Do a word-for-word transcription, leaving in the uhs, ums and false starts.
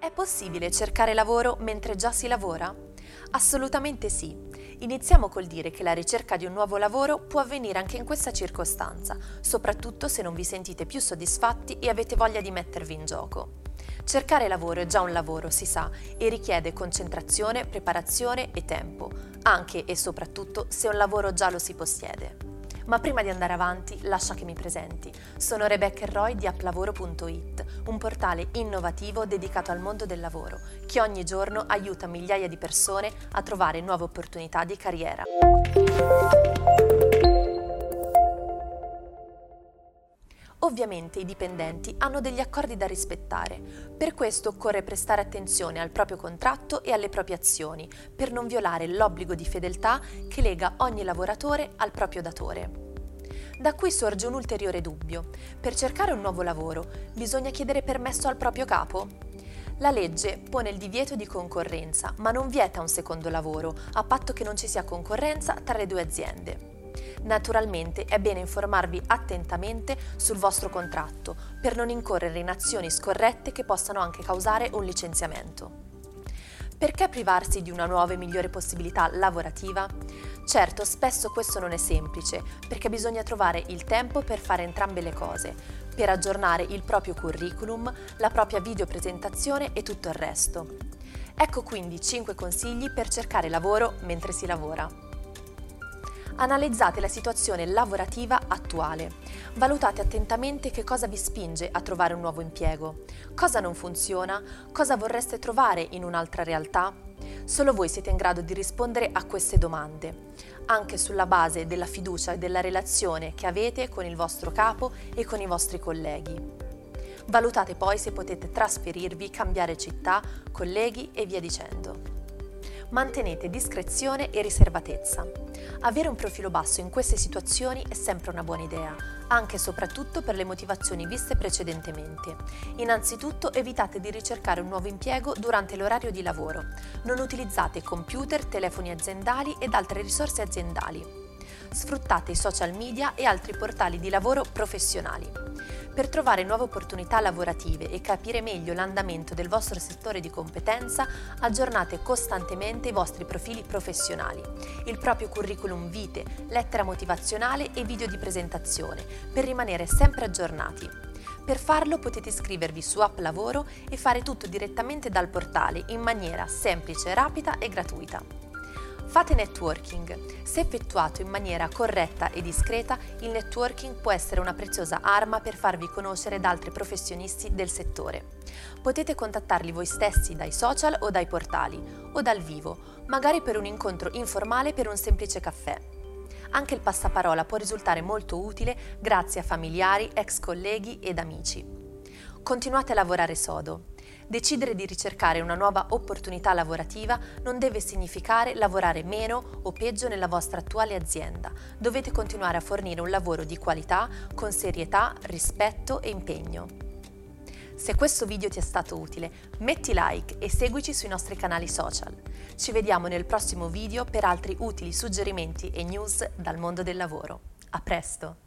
È possibile cercare lavoro mentre già si lavora? Assolutamente sì. Iniziamo col dire che la ricerca di un nuovo lavoro può avvenire anche in questa circostanza, soprattutto se non vi sentite più soddisfatti e avete voglia di mettervi in gioco. Cercare lavoro è già un lavoro, si sa, e richiede concentrazione, preparazione e tempo, anche e soprattutto se un lavoro già lo si possiede. Ma prima di andare avanti, lascia che mi presenti. Sono Rebecca Roy di applavoro punto it, un portale innovativo dedicato al mondo del lavoro, che ogni giorno aiuta migliaia di persone a trovare nuove opportunità di carriera. Ovviamente i dipendenti hanno degli accordi da rispettare, per questo occorre prestare attenzione al proprio contratto e alle proprie azioni, per non violare l'obbligo di fedeltà che lega ogni lavoratore al proprio datore. Da qui sorge un ulteriore dubbio: per cercare un nuovo lavoro bisogna chiedere permesso al proprio capo? La legge pone il divieto di concorrenza, ma non vieta un secondo lavoro, a patto che non ci sia concorrenza tra le due aziende. Naturalmente è bene informarvi attentamente sul vostro contratto per non incorrere in azioni scorrette che possano anche causare un licenziamento. Perché privarsi di una nuova e migliore possibilità lavorativa? Certo, spesso questo non è semplice, perché bisogna trovare il tempo per fare entrambe le cose, per aggiornare il proprio curriculum, la propria videopresentazione e tutto il resto. Ecco quindi cinque consigli per cercare lavoro mentre si lavora. Analizzate la situazione lavorativa attuale. Valutate attentamente che cosa vi spinge a trovare un nuovo impiego, cosa non funziona, cosa vorreste trovare in un'altra realtà. Solo voi siete in grado di rispondere a queste domande, anche sulla base della fiducia e della relazione che avete con il vostro capo e con i vostri colleghi. Valutate poi se potete trasferirvi, cambiare città, colleghi e via dicendo. Mantenete discrezione e riservatezza. Avere un profilo basso in queste situazioni è sempre una buona idea, anche e soprattutto per le motivazioni viste precedentemente. Innanzitutto evitate di ricercare un nuovo impiego durante l'orario di lavoro. Non utilizzate computer, telefoni aziendali ed altre risorse aziendali. Sfruttate i social media e altri portali di lavoro professionali. Per trovare nuove opportunità lavorative e capire meglio l'andamento del vostro settore di competenza, aggiornate costantemente i vostri profili professionali, il proprio curriculum vitae, lettera motivazionale e video di presentazione, per rimanere sempre aggiornati. Per farlo potete iscrivervi su AppLavoro e fare tutto direttamente dal portale in maniera semplice, rapida e gratuita. Fate networking. Se effettuato in maniera corretta e discreta, il networking può essere una preziosa arma per farvi conoscere da altri professionisti del settore. Potete contattarli voi stessi dai social o dai portali, o dal vivo, magari per un incontro informale per un semplice caffè. Anche il passaparola può risultare molto utile grazie a familiari, ex colleghi ed amici. Continuate a lavorare sodo. Decidere di ricercare una nuova opportunità lavorativa non deve significare lavorare meno o peggio nella vostra attuale azienda. Dovete continuare a fornire un lavoro di qualità, con serietà, rispetto e impegno. Se questo video ti è stato utile, metti like e seguici sui nostri canali social. Ci vediamo nel prossimo video per altri utili suggerimenti e news dal mondo del lavoro. A presto!